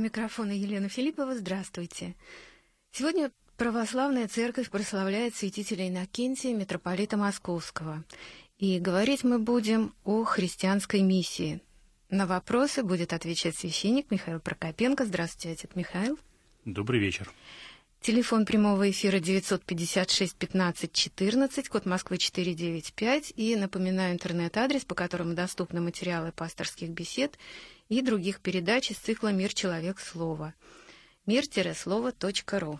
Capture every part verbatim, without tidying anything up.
микрофона Елена Филиппова. Здравствуйте. Сегодня православная церковь прославляет святителя Иннокентия, митрополита Московского. И говорить мы будем о христианской миссии. На вопросы будет отвечать священник Михаил Прокопенко. Здравствуйте, отец Михаил. Добрый вечер. Телефон прямого эфира девятьсот пятьдесят шесть пятнадцать четырнадцать, код Москвы четыреста девяносто пять. И напоминаю интернет-адрес, по которому доступны материалы пасторских бесед и других передач из цикла «Мир. Человек. Слово». мир-слово точка ру.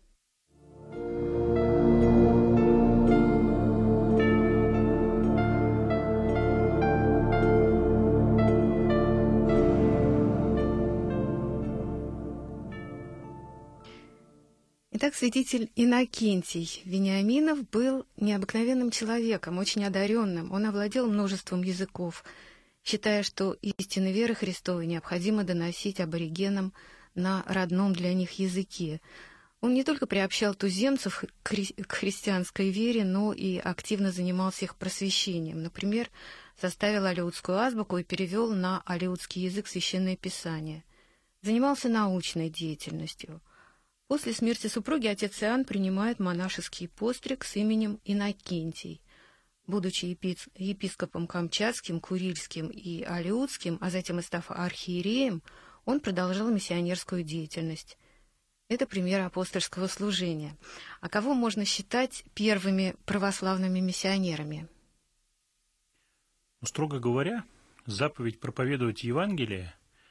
Итак, святитель Иннокентий Вениаминов был необыкновенным человеком, очень одаренным. Он овладел множеством языков, считая, что истины веры Христовой необходимо доносить аборигенам на родном для них языке. Он не только приобщал туземцев к хри- к христианской вере, но и активно занимался их просвещением. Например, составил алеутскую азбуку и перевел на алеутский язык Священное Писание. Занимался научной деятельностью. После смерти супруги отец Иоанн принимает монашеский постриг с именем Иннокентий. Будучи епис- епископом Камчатским, Курильским и Алеутским, а затем и став архиереем, он продолжал миссионерскую деятельность. Это пример апостольского служения. А кого можно считать первыми православными миссионерами? Ну, строго говоря, заповедь проповедовать Евангелие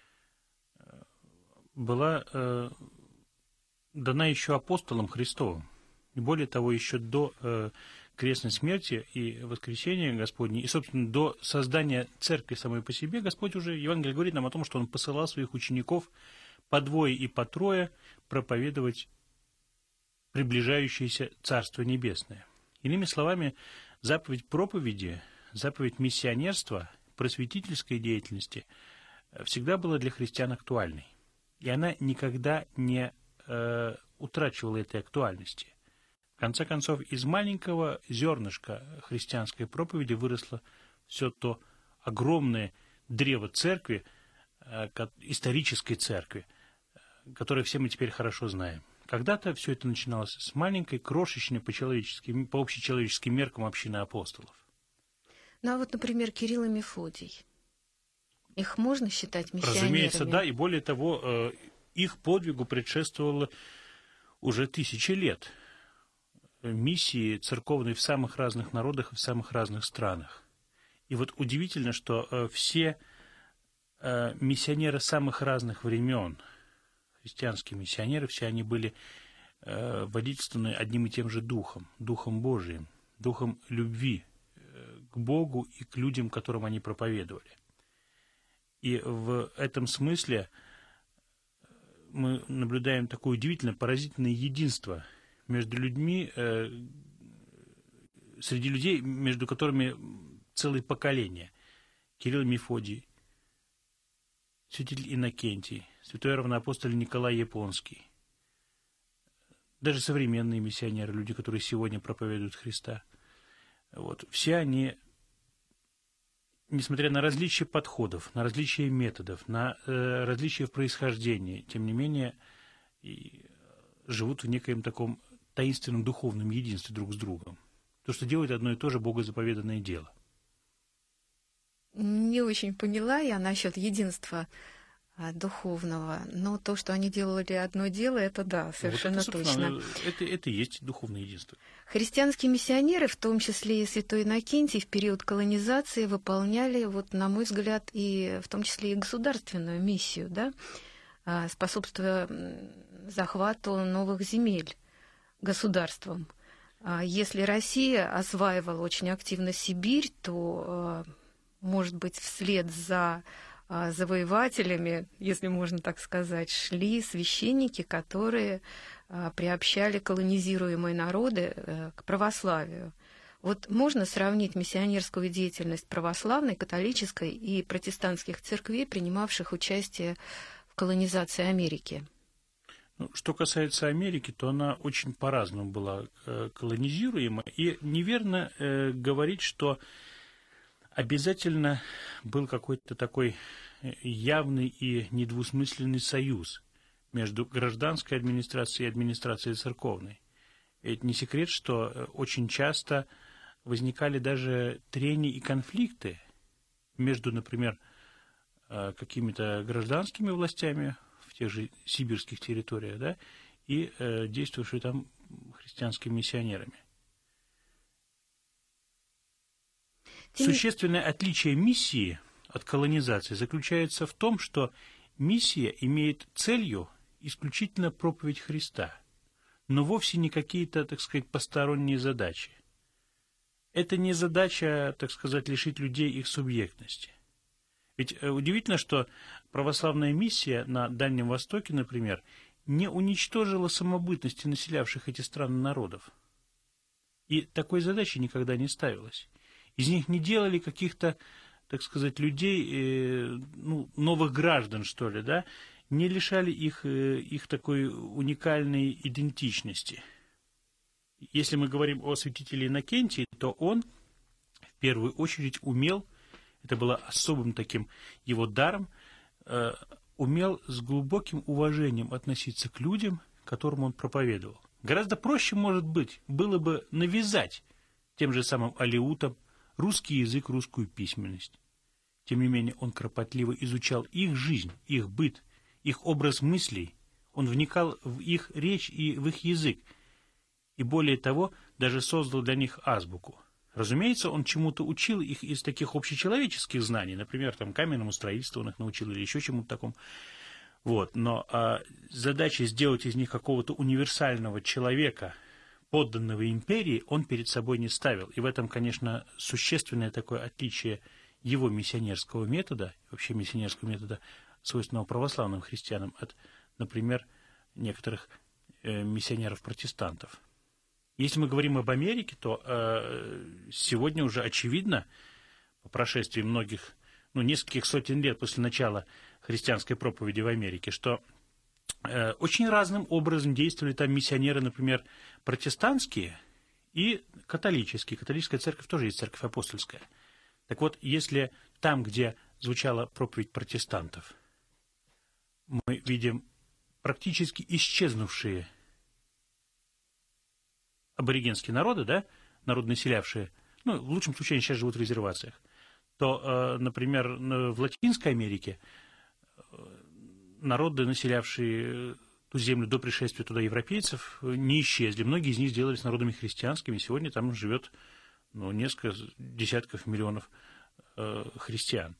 была э, дана еще апостолом Христовым. И более того, еще до э, крестной смерти и воскресения Господня, и, собственно, до создания церкви самой по себе, Господь уже, Евангелие говорит нам о том, что Он посылал своих учеников по двое и по трое проповедовать приближающееся Царство Небесное. Иными словами, заповедь проповеди, заповедь миссионерства, просветительской деятельности всегда была для христиан актуальной. И она никогда не э, утрачивала этой актуальности. В конце концов, из маленького зернышка христианской проповеди выросло все то огромное древо церкви, исторической церкви, которое все мы теперь хорошо знаем. Когда-то все это начиналось с маленькой, крошечной по человеческим, по общечеловеческим меркам общины апостолов. Ну а вот, например, Кирилл и Мефодий. Их можно считать миссионерами? Разумеется, да, и более того, их подвигу предшествовало уже тысячи лет миссии церковной в самых разных народах и в самых разных странах. И вот удивительно, что э, все э, миссионеры самых разных времен, христианские миссионеры, все они были э, водительствованы одним и тем же духом, духом Божиим, духом любви э, к Богу и к людям, которым они проповедовали. И в этом смысле мы наблюдаем такое удивительное, поразительное единство между людьми, э, среди людей, между которыми целые поколения. Кирилл и Мефодий, святитель Иннокентий, святой равноапостоль Николай Японский, даже современные миссионеры, люди, которые сегодня проповедуют Христа. Вот. Все они, несмотря на различия подходов, на различия методов, на э, различия в происхождении, тем не менее, и живут в некоем таком таинственном духовном единстве друг с другом. То, что делает одно и то же богозаповеданное дело. Не очень поняла я насчет единства а, духовного, но то, что они делали одно дело, это да, совершенно вот это, точно. Это, это и есть духовное единство. Христианские миссионеры, в том числе и святой Иннокентий, в период колонизации выполняли, вот, на мой взгляд, и в том числе и государственную миссию, да, способствуя захвату новых земель государством. Если Россия осваивала очень активно Сибирь, то, может быть, вслед за завоевателями, если можно так сказать, шли священники, которые приобщали колонизируемые народы к православию. Вот можно сравнить миссионерскую деятельность православной, католической и протестантских церквей, принимавших участие в колонизации Америки? Ну, что касается Америки, то она очень по-разному была э, колонизируема. И неверно э, говорить, что обязательно был какой-то такой явный и недвусмысленный союз между гражданской администрацией и администрацией церковной. Ведь не секрет, что очень часто возникали даже трения и конфликты между, например, какими-то гражданскими властями в тех же сибирских территориях, да, и действовавшими там христианскими миссионерами. Существенное отличие миссии от колонизации заключается в том, что миссия имеет целью исключительно проповедь Христа, но вовсе не какие-то, так сказать, посторонние задачи. Это не задача, так сказать, лишить людей их субъектности. Ведь удивительно, что православная миссия на Дальнем Востоке, например, не уничтожила самобытности населявших эти страны народов. И такой задачи никогда не ставилось. Из них не делали каких-то, так сказать, людей, э, ну, новых граждан, что ли, да, не лишали их, э, их такой уникальной идентичности. Если мы говорим о святителе Иннокентии, то он в первую очередь умел, это было особым таким его даром, э, умел с глубоким уважением относиться к людям, которым он проповедовал. Гораздо проще, может быть, было бы навязать тем же самым алеутам русский язык, русскую письменность. Тем не менее, он кропотливо изучал их жизнь, их быт, их образ мыслей. Он вникал в их речь и в их язык. И более того, даже создал для них азбуку. Разумеется, он чему-то учил их из таких общечеловеческих знаний, например, там, каменному строительству он их научил или еще чему-то такому. Вот. Но а, задача сделать из них какого-то универсального человека, подданного империи, он перед собой не ставил. И в этом, конечно, существенное такое отличие его миссионерского метода, вообще миссионерского метода, свойственного православным христианам, от, например, некоторых э, миссионеров-протестантов. Если мы говорим об Америке, то э, сегодня уже очевидно, по прошествии многих, ну, нескольких сотен лет после начала христианской проповеди в Америке, что э, очень разным образом действовали там миссионеры, например, протестантские и католические. Католическая церковь тоже есть церковь апостольская. Так вот, если там, где звучала проповедь протестантов, мы видим практически исчезнувшие аборигенские народы, да, народы, населявшие, ну, в лучшем случае они сейчас живут в резервациях, то, э, например, в Латинской Америке народы, населявшие ту землю до пришествия туда европейцев, не исчезли. Многие из них сделались народами христианскими. Сегодня там живет, ну, несколько десятков миллионов э, христиан.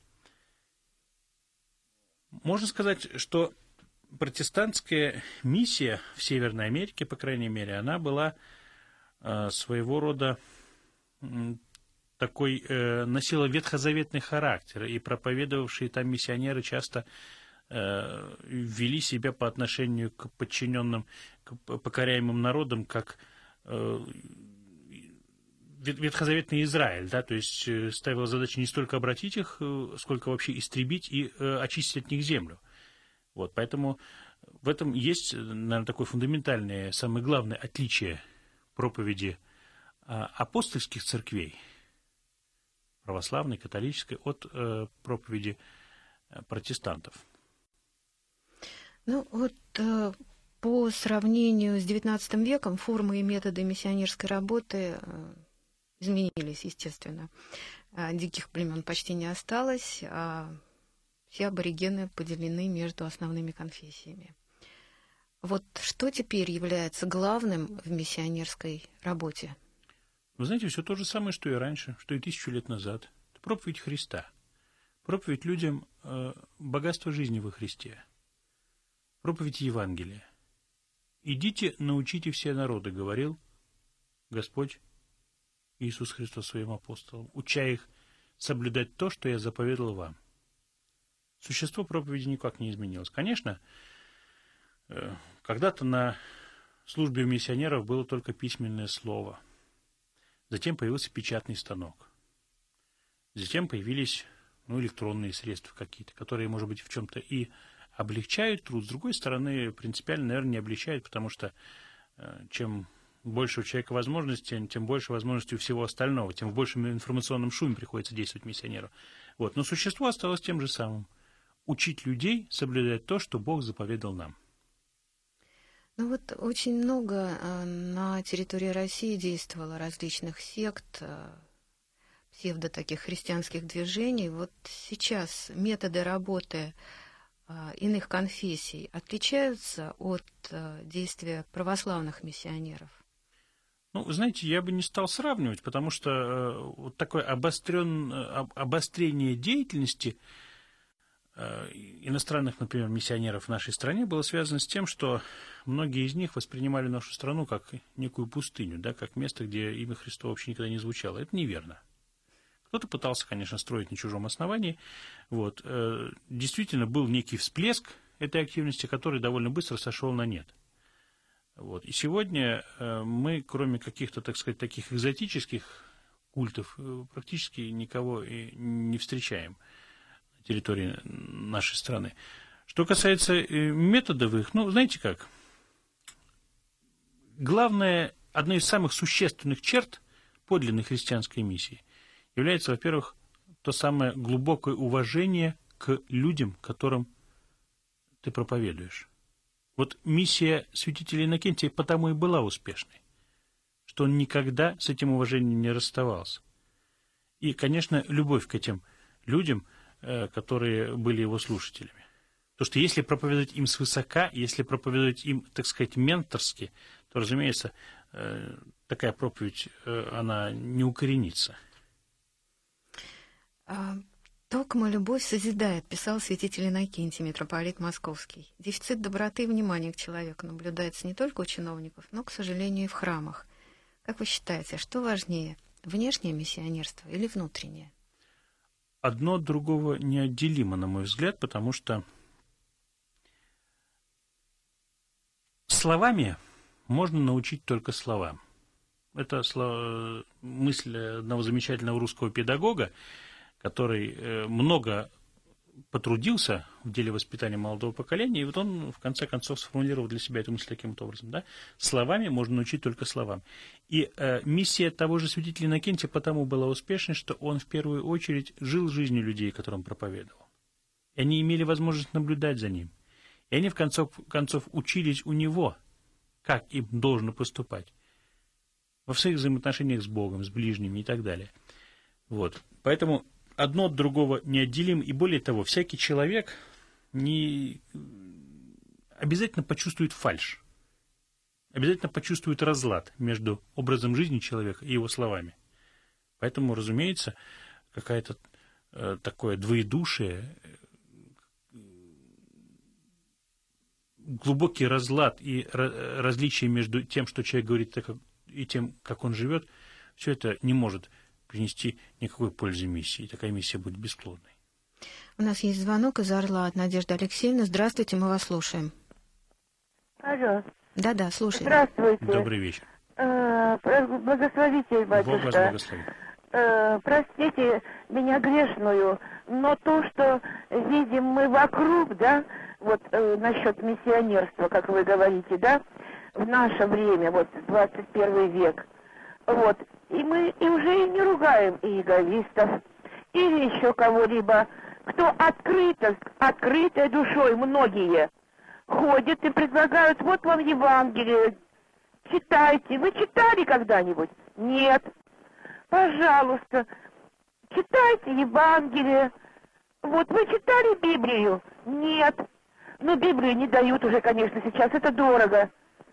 Можно сказать, что протестантская миссия в Северной Америке, по крайней мере, она была э, своего рода э, такой, э, носила ветхозаветный характер, и проповедовавшие там миссионеры часто э, вели себя по отношению к подчиненным, к покоряемым народам, как э, ветхозаветный Израиль, да, то есть ставила задачу не столько обратить их, сколько вообще истребить и э, очистить от них землю. Вот, поэтому в этом есть, наверное, такое фундаментальное, самое главное отличие проповеди э, апостольских церквей, православной, католической, от э, проповеди э, протестантов. Ну, вот э, по сравнению с девятнадцатым веком формы и методы миссионерской работы э, изменились, естественно. Диких племен почти не осталось, а все аборигены поделены между основными конфессиями. Вот что теперь является главным в миссионерской работе? Вы знаете, все то же самое, что и раньше, что и тысячу лет назад. Это проповедь Христа. Проповедь людям э, богатства жизни во Христе. Проповедь Евангелия. «Идите, научите все народы», говорил Господь Иисус Христос своим апостолам, уча их соблюдать то, что я заповедал вам. Существо проповеди никак не изменилось. Конечно, когда-то на службе миссионеров было только письменное слово. Затем появился печатный станок. Затем появились, ну, электронные средства какие-то, которые, может быть, в чем-то и облегчают труд. С другой стороны, принципиально, наверное, не облегчают, потому что чем больше у человека возможностей, тем больше возможностей у всего остального, тем в большем информационном шуме приходится действовать миссионеру. Вот. Но существо осталось тем же самым. учить людей соблюдать то, что Бог заповедал нам. Ну вот очень много на территории России действовало различных сект, псевдо таких христианских движений. Вот сейчас методы работы иных конфессий отличаются от действия православных миссионеров? Ну, вы знаете, я бы не стал сравнивать, потому что э, вот такое обострен, обострение деятельности э, иностранных, например, миссионеров в нашей стране было связано с тем, что многие из них воспринимали нашу страну как некую пустыню, да, как место, где имя Христово вообще никогда не звучало. Это неверно. Кто-то пытался, конечно, строить на чужом основании. Вот. Э, действительно, был некий всплеск этой активности, который довольно быстро сошел на нет. Вот. И сегодня мы, кроме каких-то, так сказать, таких экзотических культов, практически никого и не встречаем на территории нашей страны. Что касается методов их, ну, знаете как, главное, одной из самых существенных черт подлинной христианской миссии является, во-первых, то самое глубокое уважение к людям, которым ты проповедуешь. Вот миссия святителя Иннокентия потому и была успешной, что он никогда с этим уважением не расставался. И, конечно, любовь к этим людям, которые были его слушателями. Потому что если проповедовать им свысока, если проповедовать им, так сказать, менторски, то, разумеется, такая проповедь, она не укоренится. «Токмо любовь созидает», писал святитель Иннокентий, митрополит Московский. Дефицит доброты и внимания к человеку наблюдается не только у чиновников, но, к сожалению, и в храмах. Как вы считаете, что важнее, внешнее миссионерство или внутреннее? Одно от другого неотделимо, на мой взгляд, потому что словами можно научить только словам. Это мысль одного замечательного русского педагога, который много потрудился в деле воспитания молодого поколения, и вот он, в конце концов, сформулировал для себя эту мысль таким вот образом. Да? Словами можно научить только словам. И э, миссия того же святителя Иннокентия потому была успешной, что он в первую очередь жил жизнью людей, которым проповедовал. И они имели возможность наблюдать за ним. И они, в конце концов, учились у него, как им должно поступать. Во своих взаимоотношениях с Богом, с ближними и так далее. Вот. Поэтому одно от другого неотделимо, и более того, всякий человек не обязательно почувствует фальшь, обязательно почувствует разлад между образом жизни человека и его словами. Поэтому, разумеется, какое-то э, такое двоедушие, глубокий разлад и различие между тем, что человек говорит, и тем, как он живет, все это не может принести никакой пользы миссии. Такая миссия будет бесплодной. У нас есть звонок из Орла от Надежды Алексеевны. Здравствуйте, мы вас слушаем. Алло. Да-да, слушаем. Здравствуйте. Добрый вечер. Э, благословите, батюшка. Бог вас благословит. Э, простите меня грешную, но то, что видим мы вокруг, да, вот э, насчет миссионерства, как вы говорите, да, в наше время, вот двадцать первый век, вот, и мы и уже не ругаем и эгоистов, или еще кого-либо, кто открыто, открытой душой, многие ходят и предлагают, вот вам Евангелие, читайте. Вы читали когда-нибудь? Нет. Пожалуйста, читайте Евангелие. Вот вы читали Библию? Нет. Но Библию не дают уже, конечно, сейчас, это дорого.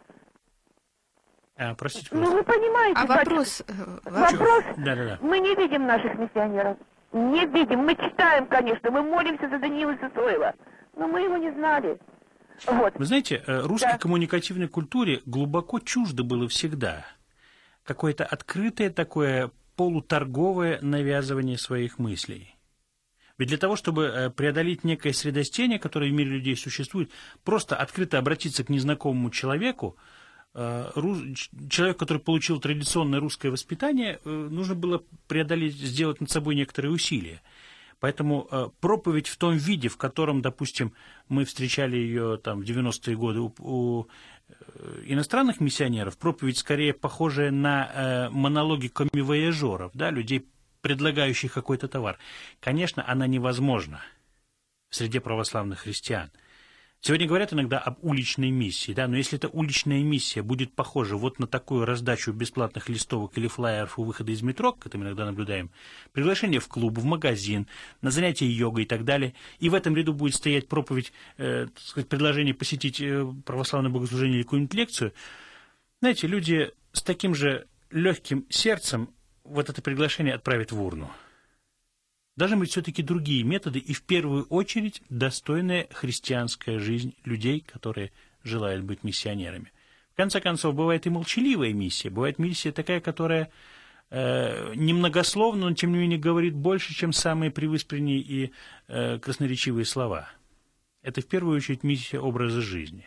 А, простите, ну, вы понимаете, а вопрос... Вопрос, да, да, да. Мы не видим наших миссионеров. Не видим. Мы читаем, конечно, мы молимся за Даниила Сысоева, но мы его не знали. Вот. Вы знаете, русской да. коммуникативной культуре глубоко чуждо было всегда какое-то открытое такое полуторговое навязывание своих мыслей. Ведь для того, чтобы преодолеть некое средостение, которое в мире людей существует, просто открыто обратиться к незнакомому человеку, человек, который получил традиционное русское воспитание, нужно было преодолеть, сделать над собой некоторые усилия. Поэтому проповедь в том виде, в котором, допустим, мы встречали ее там, в девяностые годы у, у иностранных миссионеров, проповедь скорее похожая на монологи коммивояжеров, да, людей, предлагающих какой-то товар. Конечно, она невозможна. в среде православных христиан. Сегодня говорят иногда об уличной миссии, да, но если эта уличная миссия будет похожа вот на такую раздачу бесплатных листовок или флаеров у выхода из метро, как это мы иногда наблюдаем, приглашение в клуб, в магазин, на занятия йогой и так далее, и в этом ряду будет стоять проповедь, э, так сказать, предложение посетить православное богослужение или какую-нибудь лекцию, знаете, люди с таким же легким сердцем вот это приглашение отправят в урну. Должны быть все-таки другие методы, и в первую очередь достойная христианская жизнь людей, которые желают быть миссионерами. В конце концов, бывает и молчаливая миссия, бывает миссия такая, которая э, немногословна, но тем не менее говорит больше, чем самые привыспренние и э, красноречивые слова. Это в первую очередь миссия образа жизни.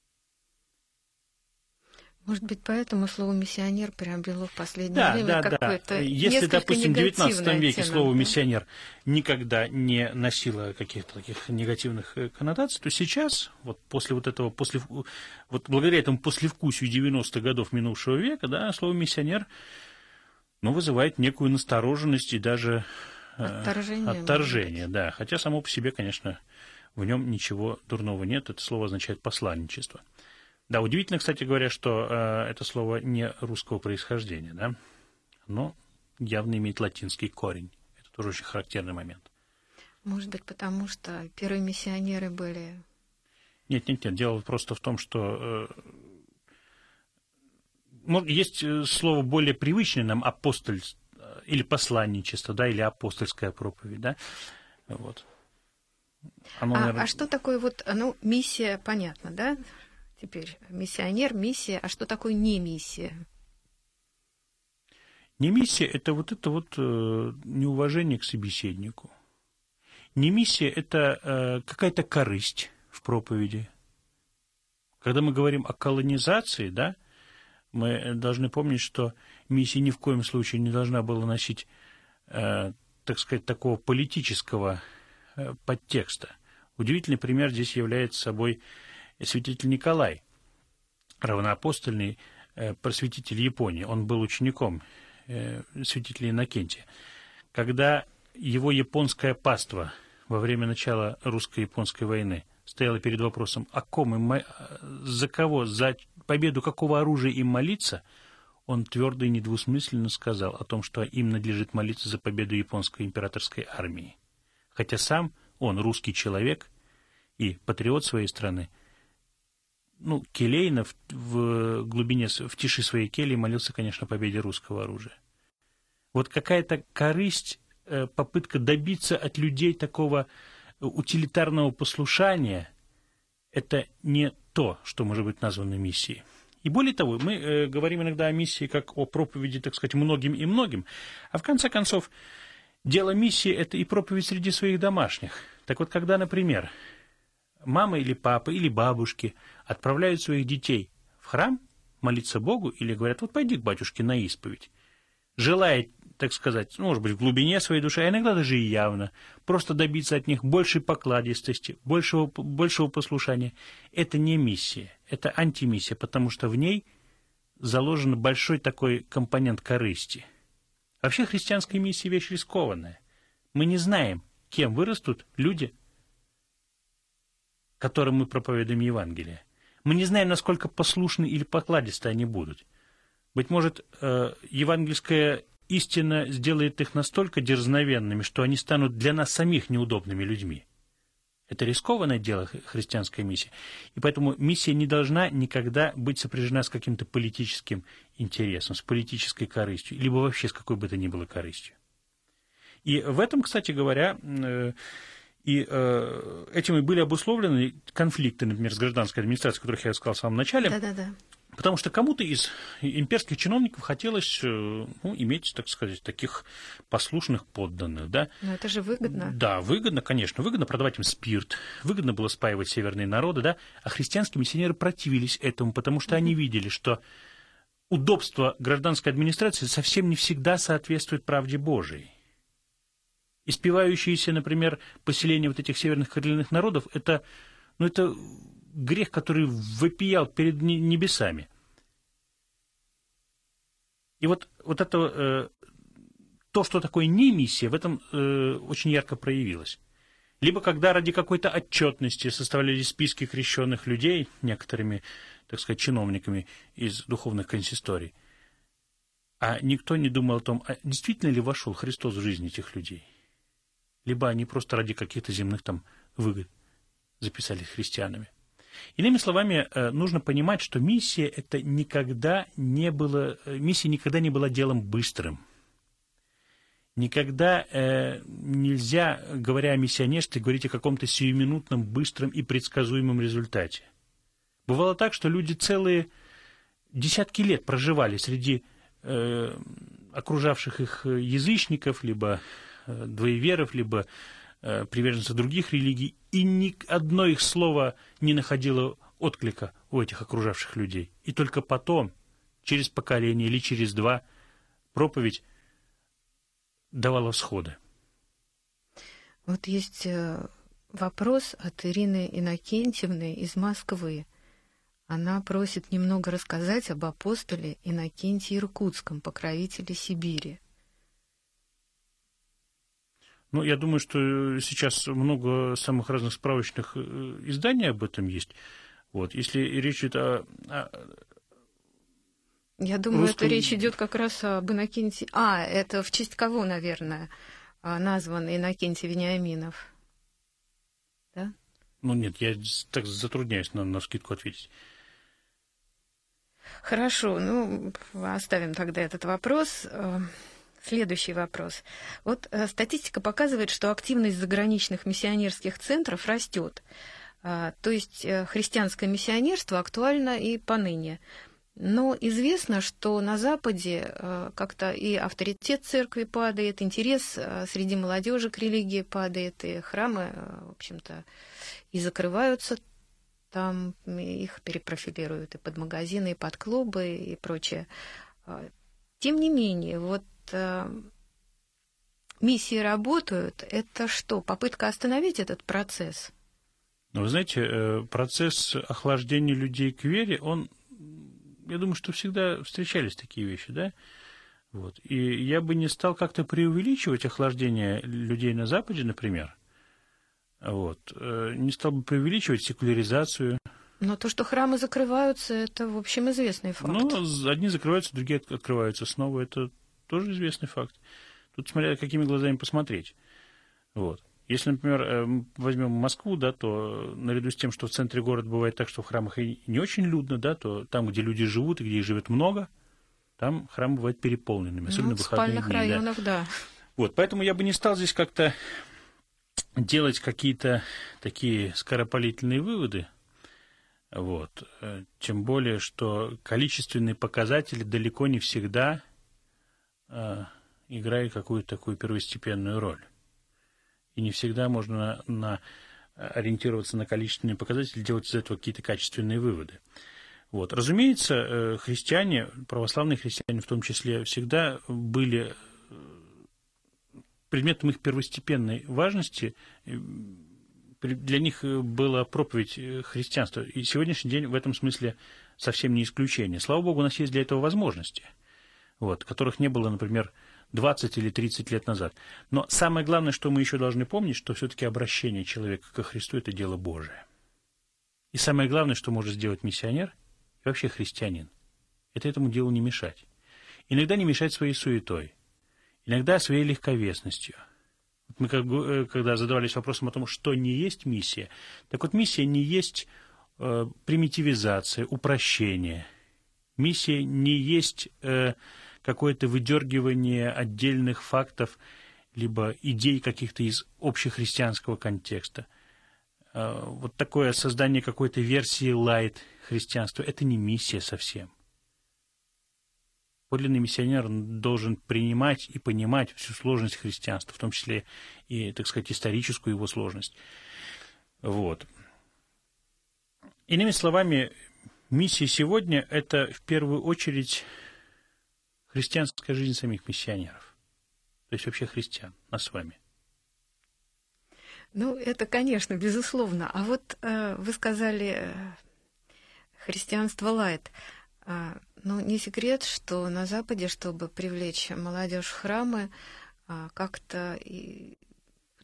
Может быть, поэтому слово «миссионер» приобрело в последнее да, время да, какое-то да. Если, допустим, в девятнадцатом веке оттенок, слово да? «миссионер» никогда не носило каких-то таких негативных коннотаций, то сейчас, вот после вот этого, после, вот благодаря этому послевкусию девяностых годов минувшего века, да, слово «миссионер», ну, вызывает некую настороженность и даже отторжение, э, отторжение, да. Хотя само по себе, конечно, в нем ничего дурного нет. Это слово означает посланничество. Да, удивительно, кстати говоря, что э, это слово не русского происхождения, да, но явно имеет латинский корень. Это тоже очень характерный момент. Может быть, потому что первые миссионеры были... Нет, нет, нет. Дело просто в том, что э, есть слово более привычное нам апостоль или посланничество, да, или апостольская проповедь, да, вот. Оно, а, наверное... а что такое вот, ну, миссия, понятно, да? Теперь миссионер, миссия, а что такое не миссия? Не миссия – это вот это вот э, неуважение к собеседнику. Не миссия – это э, какая-то корысть в проповеди. Когда мы говорим о колонизации, да, мы должны помнить, что миссия ни в коем случае не должна была носить, э, так сказать, такого политического э, подтекста. Удивительный пример здесь является собой святитель Николай, равноапостольный э, просветитель Японии. Он был учеником э, святителя Иннокентия. Когда его японское паство во время начала русско-японской войны стояло перед вопросом, о ком им, за кого, за победу какого оружия им молиться, он твердо и недвусмысленно сказал о том, что им надлежит молиться за победу японской императорской армии. Хотя сам он, русский человек и патриот своей страны, ну, келейно в, в глубине, в тиши своей кельи молился, конечно, о победе русского оружия. Вот какая-то корысть, попытка добиться от людей такого утилитарного послушания, это не то, что может быть названо миссией. И более того, мы э, говорим иногда о миссии как о проповеди, так сказать, многим и многим, а в конце концов, дело миссии – это и проповедь среди своих домашних. Так вот, когда, например, мама или папа или бабушки отправляют своих детей в храм молиться Богу или говорят, вот пойди к батюшке на исповедь, желая, так сказать, ну, может быть, в глубине своей души, а иногда даже и явно, просто добиться от них большей покладистости, большего, большего послушания, это не миссия, это антимиссия, потому что в ней заложен большой такой компонент корысти. Вообще христианская миссия вещь рискованная. Мы не знаем, кем вырастут люди, которым мы проповедуем Евангелие. Мы не знаем, насколько послушны или покладисты они будут. Быть может, евангельская истина сделает их настолько дерзновенными, что они станут для нас самих неудобными людьми. Это рискованное дело, христианская миссия. И поэтому миссия не должна никогда быть сопряжена с каким-то политическим интересом, с политической корыстью, либо вообще с какой бы то ни было корыстью. И в этом, кстати говоря, и э, этим и были обусловлены конфликты, например, с гражданской администрацией, о которых я сказал в самом начале. Да-да-да. Потому что кому-то из имперских чиновников хотелось, ну, иметь, так сказать, таких послушных подданных, да. Но это же выгодно. Да, выгодно, конечно, выгодно продавать им спирт, выгодно было спаивать северные народы, да, а христианские миссионеры противились этому, потому что mm-hmm. они видели, что удобство гражданской администрации совсем не всегда соответствует правде Божией. Испевающиеся, например, поселения вот этих северных коренных народов, это, ну, это грех, который вопиял перед небесами. И вот, вот это, э, то, что такое не миссия, в этом э, очень ярко проявилось. либо когда ради какой-то отчетности составлялись списки крещенных людей некоторыми, так сказать, чиновниками из духовных консисторий, а никто не думал о том, а действительно ли вошел Христос в жизнь этих людей, либо они просто ради каких-то земных там выгод записались христианами. Иными словами, нужно понимать, что миссия это никогда не было, миссия никогда не была делом быстрым. Никогда э, нельзя, говоря о миссионерстве, говорить о каком-то сиюминутном, быстром и предсказуемом результате. Бывало так, что люди целые десятки лет проживали среди э, окружавших их язычников, либо э, двоеверов, либо э, приверженцев других религий, и ни одно их слово не находило отклика у этих окружавших людей. И только потом, через поколение или через два, проповедь давала всходы. Вот есть вопрос от Ирины Иннокентьевны из Москвы. Она просит немного рассказать об апостоле Иннокентии Иркутском, покровителе Сибири. Ну, я думаю, что сейчас много самых разных справочных изданий об этом есть. Вот. Если речь идет о... о Я думаю, русском... это речь идет как раз об Иннокентии... А, это в честь кого, наверное, назван Иннокентий Вениаминов? Да? Ну, нет, я так затрудняюсь на, на вскидку ответить. Хорошо, ну, оставим тогда этот вопрос. Следующий вопрос. Вот статистика показывает, что активность заграничных миссионерских центров растет. То есть христианское миссионерство актуально и поныне. Но известно, что на Западе как-то и авторитет церкви падает, интерес среди молодежи к религии падает, и храмы, в общем-то, и закрываются, там их перепрофилируют и под магазины, и под клубы, и прочее. Тем не менее, вот миссии работают. Это что, попытка остановить этот процесс? Ну, вы знаете, процесс охлаждения людей к вере, он... Я думаю, что всегда встречались такие вещи, да? Вот. И я бы не стал как-то преувеличивать охлаждение людей на Западе, например. Вот. Не стал бы преувеличивать секуляризацию. Но то, что храмы закрываются, это, в общем, известный факт. Ну, одни закрываются, другие открываются снова. Это тоже известный факт. Тут смотря какими глазами посмотреть. Вот. Если, например, возьмем Москву, да, то наряду с тем, что в центре города бывает так, что в храмах и не очень людно, да, то там, где люди живут и где их живет много, там храмы бывают переполненными, особенно ну, в выходные дни. В спальных районах, да. да. Вот, поэтому я бы не стал здесь как-то делать какие-то такие скоропалительные выводы. Вот. Тем более, что количественные показатели далеко не всегда э, играют какую-то такую первостепенную роль. И не всегда можно на, на, ориентироваться на количественные показатели, делать из этого какие-то качественные выводы. Вот. Разумеется, христиане, православные христиане в том числе, всегда были предметом их первостепенной важности. Для них была проповедь христианства. И сегодняшний день в этом смысле совсем не исключение. Слава Богу, у нас есть для этого возможности, вот, которых не было, например, двадцать или тридцать лет назад. Но самое главное, что мы еще должны помнить, что все-таки обращение человека ко Христу – это дело Божие. И самое главное, что может сделать миссионер и вообще христианин, это этому делу не мешать. Иногда не мешать своей суетой, иногда своей легковесностью. Мы как, когда задавались вопросом о том, что не есть миссия, так вот миссия не есть э, примитивизация, упрощение. Миссия не есть... Э, какое-то выдергивание отдельных фактов, либо идей каких-то из общехристианского контекста. Вот такое создание какой-то версии лайт христианства – это не миссия совсем. Подлинный миссионер должен принимать и понимать всю сложность христианства, в том числе и, так сказать, историческую его сложность. Вот. Иными словами, миссия сегодня – это в первую очередь христианская жизнь самих миссионеров, то есть вообще христиан, нас с вами. Ну, это, конечно, безусловно. А вот э, вы сказали э, христианство лайт. Э, ну, не секрет, что на Западе, чтобы привлечь молодежь в храмы, э, как-то и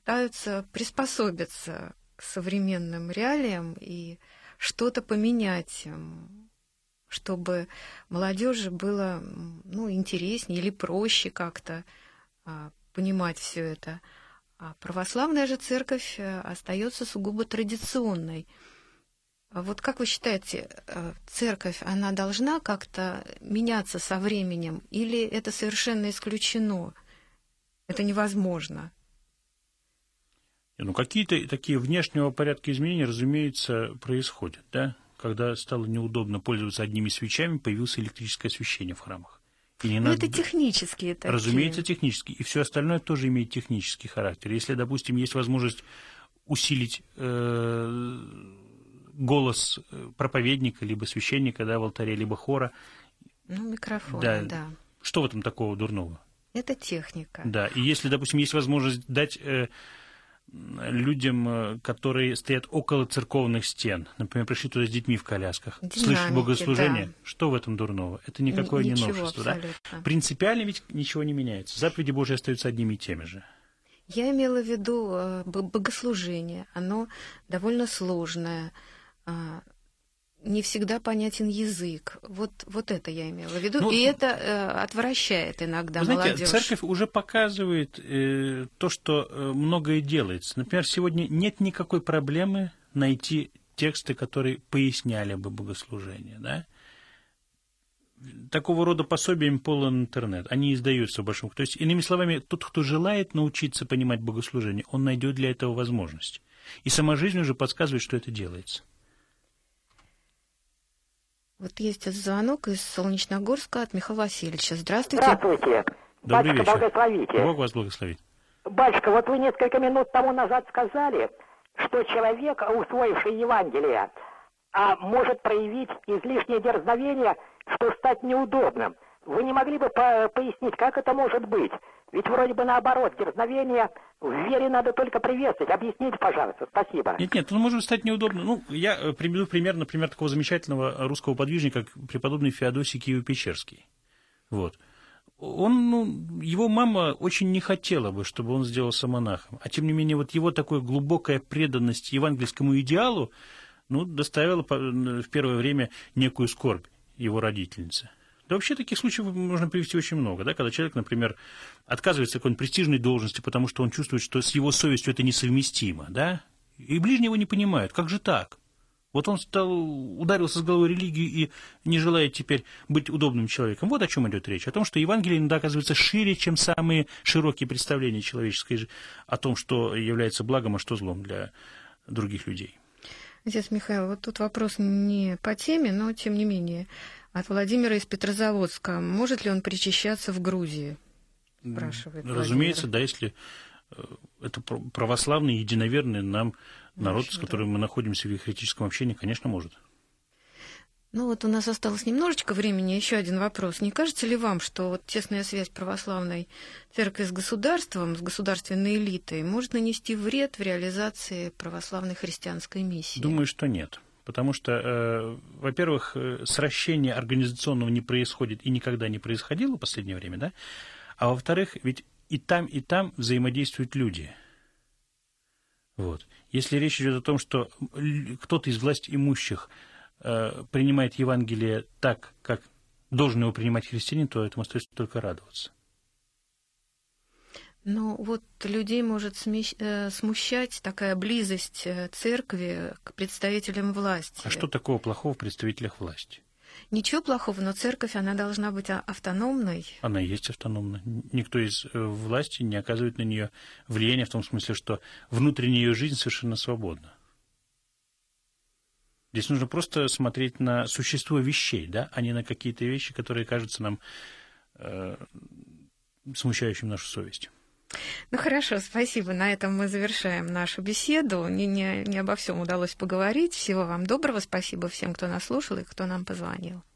пытаются приспособиться к современным реалиям и что-то поменять, чтобы молодежи было, ну, интереснее или проще как-то а, понимать все это. А православная же церковь остается сугубо традиционной. А вот как вы считаете, церковь, она должна как-то меняться со временем, или это совершенно исключено? Это невозможно? Ну, какие-то такие внешнего порядка изменения, разумеется, происходят, да? Когда стало неудобно пользоваться одними свечами, появилось электрическое освещение в храмах. И не Но надо... это технические такие. Разумеется, технические. И все остальное тоже имеет технический характер. Если, допустим, есть возможность усилить э, голос проповедника, либо священника, да, в алтаре, либо хора. Ну, микрофон, да. да. Что в этом такого дурного? Это техника. Да, и если, допустим, есть возможность дать... Э, людям, которые стоят около церковных стен, например, пришли туда с детьми в колясках, Динамики, слышать богослужение, да. Что в этом дурного? Это никакое Н- не ничего, новшество. Да? абсолютно. Принципиально ведь ничего не меняется. Заповеди Божьи остаются одними и теми же. Я имела в виду богослужение. Оно довольно сложное. Не всегда понятен язык. Вот, вот это я имела в виду. Ну, и это э, отвращает иногда вы знаете, молодежь. Церковь уже показывает э, то, что э, многое делается. Например, сегодня нет никакой проблемы найти тексты, которые поясняли бы богослужение. Да? Такого рода пособиями полон интернет. Они издаются в большом. То есть, иными словами, тот, кто желает научиться понимать богослужение, он найдет для этого возможность. И сама жизнь уже подсказывает, что это делается. Вот есть звонок из Солнечногорска от Михаила Васильевича. Здравствуйте. Здравствуйте. Добрый Батюшка, вечер. благословите. Бог вас благословит. Батюшка, вот вы несколько минут тому назад сказали, что человек, усвоивший Евангелие, а может проявить излишнее дерзновение, что стать неудобным. Вы не могли бы по- пояснить, как это может быть? Ведь вроде бы наоборот, дерзновение в вере надо только приветствовать. Объясните, пожалуйста. Спасибо. Нет, нет, он может стать неудобным. Ну, я приведу пример, например, такого замечательного русского подвижника, как преподобный Феодосий Киево-Печерский. Вот. Он, ну, его мама очень не хотела бы, чтобы он сделался монахом. А тем не менее, вот его такая глубокая преданность евангельскому идеалу, ну, доставила в первое время некую скорбь его родительнице. Да вообще таких случаев можно привести очень много, да, когда человек, например, отказывается от какой-нибудь престижной должности, потому что он чувствует, что с его совестью это несовместимо, да, и ближние его не понимают, как же так? Вот он стал, ударился с головой в религию и не желает теперь быть удобным человеком. Вот о чем идет речь. О том, что Евангелие иногда оказывается шире, чем самые широкие представления человеческой жизни о том, что является благом, а что злом для других людей. Отец Михаил, вот тут вопрос не по теме, но тем не менее. От Владимира из Петрозаводска. Может ли он причащаться в Грузии? Спрашивает Разумеется, Владимир. да, если это православный, единоверный нам народ, Конечно, с которым да. мы находимся в евхаристическом общении, конечно, может. Ну вот у нас осталось немножечко времени. Еще один вопрос. Не кажется ли вам, что вот тесная связь православной церкви с государством, с государственной элитой может нанести вред в реализации православной христианской миссии? Думаю, что нет. Потому что, э, во-первых, сращение организационного не происходит и никогда не происходило в последнее время, да? А во-вторых, ведь и там, и там взаимодействуют люди. Вот. Если речь идет о том, что кто-то из властимущих э, принимает Евангелие так, как должен его принимать христианин, то этому остается только радоваться. Ну, вот людей может смущать такая близость церкви к представителям власти. А что такого плохого в представителях власти? Ничего плохого, но церковь, она должна быть автономной. Она и есть автономна. Никто из власти не оказывает на нее влияния в том смысле, что внутренняя ее жизнь совершенно свободна. Здесь нужно просто смотреть на существо вещей, да, а не на какие-то вещи, которые кажутся нам э, смущающими нашу совесть. Ну хорошо, спасибо. На этом мы завершаем нашу беседу. Не, не, не обо всем удалось поговорить. Всего вам доброго. Спасибо всем, кто нас слушал и кто нам позвонил.